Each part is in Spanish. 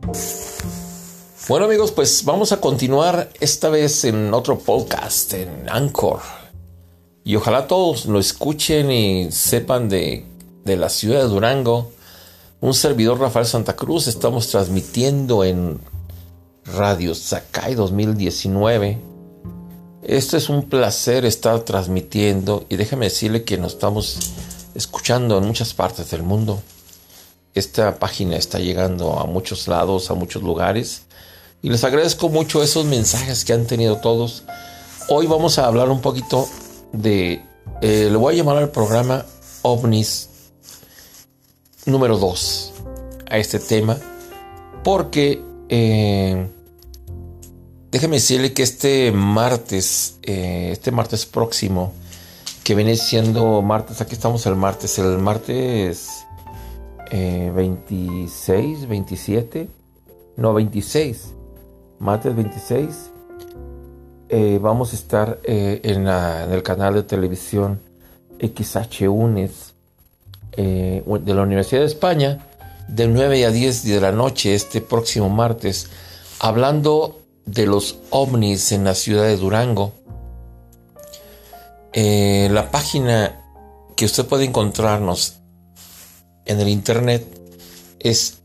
Bueno amigos, pues vamos a continuar esta vez en otro podcast en Anchor. Y ojalá todos lo escuchen y sepan de la ciudad de Durango. Un servidor, Rafael Santa Cruz, estamos transmitiendo en Radio Sakai 2019. Esto es un placer estar transmitiendo y déjame decirle que nos estamos escuchando en muchas partes del mundo. Esta página está llegando a muchos lados, a muchos lugares. Y les agradezco mucho esos mensajes que han tenido todos. Hoy vamos a hablar un poquito de... le voy a llamar al programa OVNIs número 2 a este tema. Porque déjeme decirle que este martes próximo, que viene siendo martes, aquí estamos el martes 26, 27, no 26. Martes 26 vamos a estar en el canal de televisión XHUNES de la Universidad de España de 9 a 10 de la noche este próximo martes, hablando de los ovnis en la ciudad de Durango. La página que usted puede encontrarnos en el internet es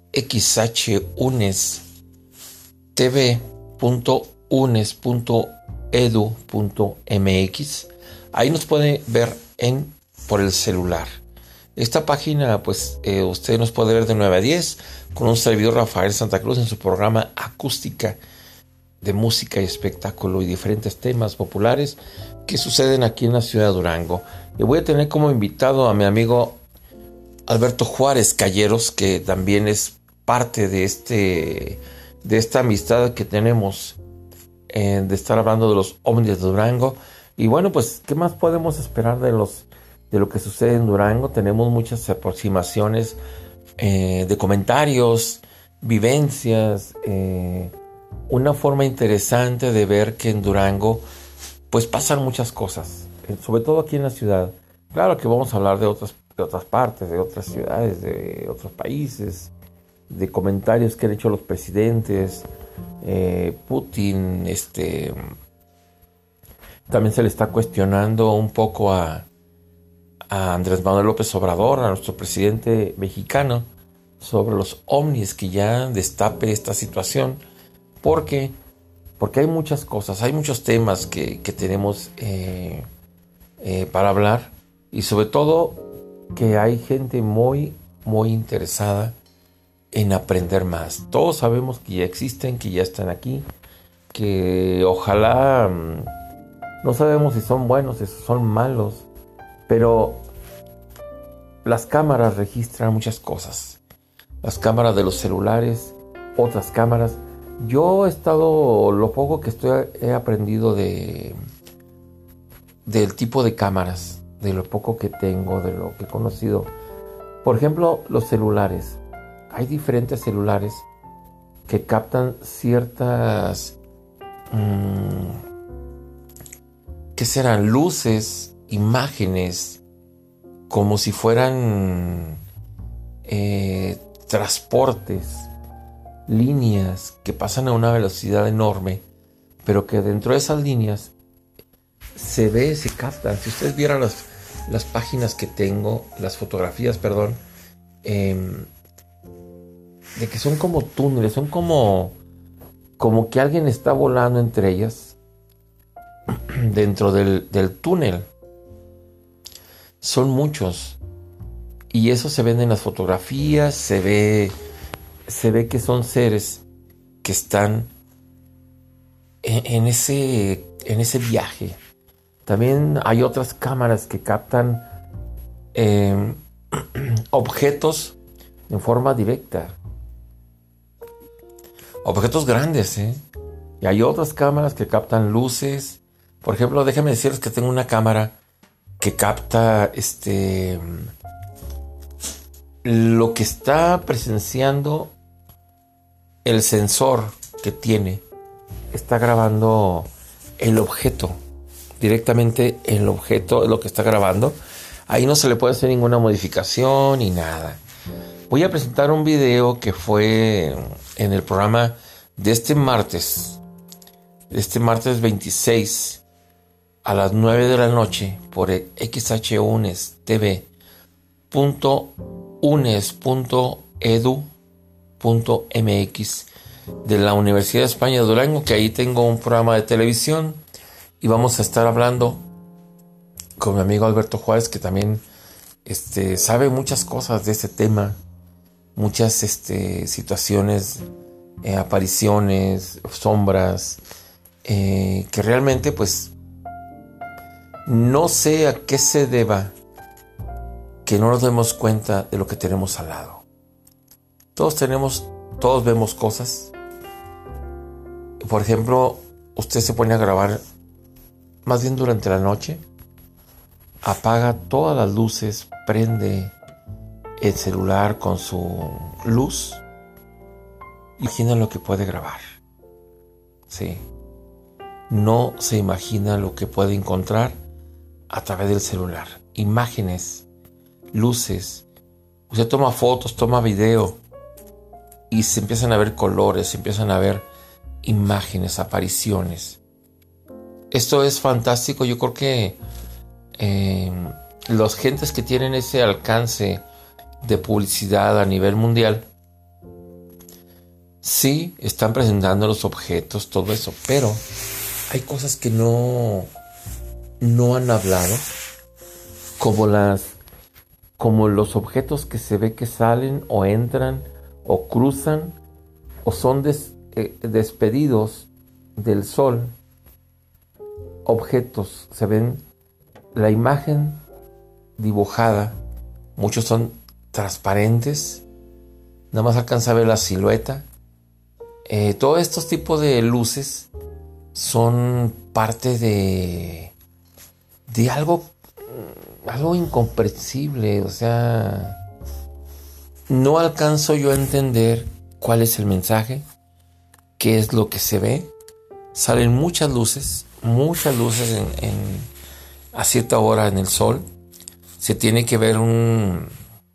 xhunestv.unes.edu.mx. Ahí nos puede ver por el celular. Esta página, pues, usted nos puede ver de 9 a 10 con un servidor, Rafael Santa Cruz, en su programa Acústica de música y espectáculo y diferentes temas populares que suceden aquí en la ciudad de Durango. Y voy a tener como invitado a mi amigo Alberto Juárez Calleros, que también es parte de esta amistad que tenemos de estar hablando de los ovnis de Durango. Y bueno, pues, ¿qué más podemos esperar de lo que sucede en Durango? Tenemos muchas aproximaciones de comentarios, vivencias, una forma interesante de ver que en Durango pues pasan muchas cosas, sobre todo aquí en la ciudad. Claro que vamos a hablar de otras partes, de otras ciudades, de otros países, de comentarios que han hecho los presidentes. Putin, también se le está cuestionando un poco a Andrés Manuel López Obrador, a nuestro presidente mexicano, sobre los ovnis, que ya destape esta situación, porque hay muchas cosas, hay muchos temas que tenemos para hablar, y sobre todo que hay gente muy, muy interesada en aprender más. Todos sabemos que ya existen, que ya están aquí, que ojalá, no sabemos si son buenos, si son malos, pero las cámaras registran muchas cosas. Las cámaras de los celulares, otras cámaras. Yo he estado, lo poco que he aprendido del tipo de cámaras, de lo poco que tengo, de lo que he conocido. Por ejemplo, los celulares. Hay diferentes celulares que captan ciertas, ¿qué serán? Luces, imágenes, como si fueran transportes, líneas que pasan a una velocidad enorme, pero que dentro de esas líneas se captan. Si ustedes vieran las páginas que tengo, las fotografías, perdón, de que son como túneles, son como que alguien está volando entre ellas dentro del túnel. Son muchos, y eso se ve en las fotografías. Se ve que son seres que están en ese viaje. También hay otras cámaras que captan objetos en forma directa, objetos grandes, y hay otras cámaras que captan luces. Por ejemplo, déjenme decirles que tengo una cámara que capta lo que está presenciando el sensor que tiene. Está grabando el objeto, directamente el objeto es lo que está grabando. Ahí no se le puede hacer ninguna modificación ni nada. Voy a presentar un video que fue en el programa de este martes 26 a las 9 de la noche por XHUNES TV .unes.edu.mx de la Universidad de España de Durango, que ahí tengo un programa de televisión y vamos a estar hablando con mi amigo Alberto Juárez, que también sabe muchas cosas de este tema, muchas situaciones, apariciones, sombras, que realmente pues no sé a qué se deba que no nos demos cuenta de lo que tenemos al lado. Todos vemos cosas. Por ejemplo, usted se pone a grabar, más bien durante la noche, apaga todas las luces, prende el celular con su luz, imagina lo que puede grabar. Sí. No se imagina lo que puede encontrar a través del celular. Imágenes, luces. Usted toma fotos, toma video y se empiezan a ver colores, se empiezan a ver imágenes, apariciones. Esto es fantástico. Yo creo que los gentes que tienen ese alcance de publicidad a nivel mundial sí están presentando los objetos, todo eso, pero hay cosas que no han hablado, como los objetos que se ve que salen o entran o cruzan o son despedidos del sol. Objetos, se ven la imagen dibujada, muchos son transparentes, nada más alcanza a ver la silueta. Todos estos tipos de luces son parte de algo incomprensible. O sea, no alcanzo yo a entender cuál es el mensaje, qué es lo que se ve. Salen muchas luces a cierta hora en el sol. Se tiene que ver un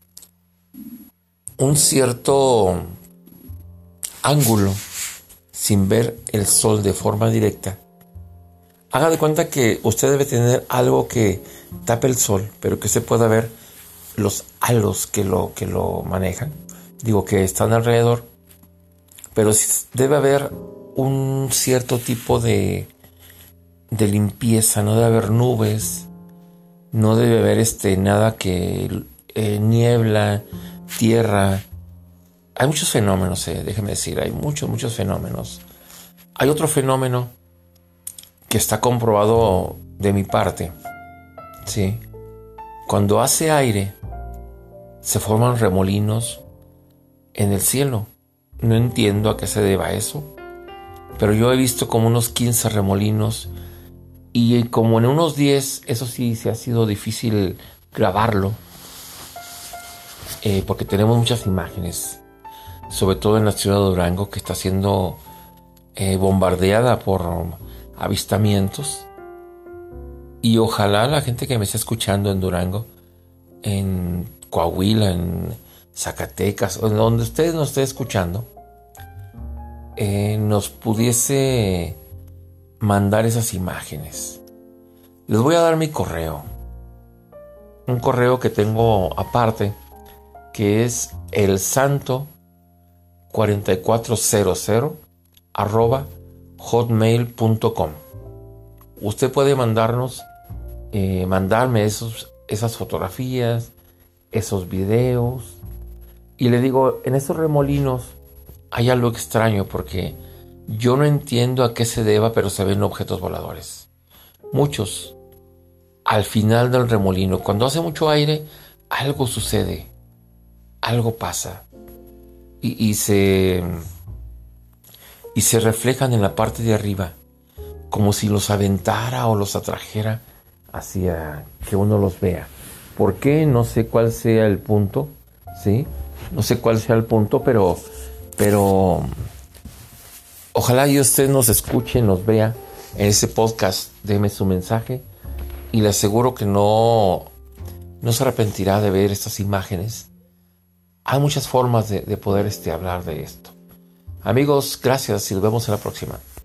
cierto ángulo sin ver el sol de forma directa. Haga de cuenta que usted debe tener algo que tape el sol, pero que se pueda ver los halos que lo manejan, que están alrededor. Pero debe haber un cierto tipo de limpieza. No debe haber nubes, no debe haber nada que niebla, tierra. Hay muchos fenómenos, déjeme decir, hay muchos fenómenos. Hay otro fenómeno que está comprobado de mi parte, ¿sí? Cuando hace aire, se forman remolinos en el cielo. No entiendo a qué se deba eso, pero yo he visto como unos 15 remolinos y como en unos 10, eso sí se ha sido difícil grabarlo, porque tenemos muchas imágenes, sobre todo en la ciudad de Durango, que está siendo bombardeada por avistamientos. Y ojalá la gente que me está escuchando en Durango, en Coahuila, en Zacatecas, o donde ustedes nos estén escuchando, nos pudiese mandar esas imágenes. Les voy a dar mi correo, un correo que tengo aparte, que es elsanto4400@hotmail.com. Usted puede mandarme esas fotografías, esos videos. Y le digo, en esos remolinos hay algo extraño, porque yo no entiendo a qué se deba, pero se ven objetos voladores. Muchos. Al final del remolino, cuando hace mucho aire, algo sucede. Algo pasa. Y se reflejan en la parte de arriba, como si los aventara o los atrajera hacia que uno los vea. ¿Por qué? No sé cuál sea el punto, ¿sí? No sé cuál sea el punto, pero ojalá y usted nos escuche, nos vea en ese podcast. Deme su mensaje y le aseguro que no se arrepentirá de ver estas imágenes. hay muchas formas de poder hablar de esto. Amigos, gracias y nos vemos en la próxima.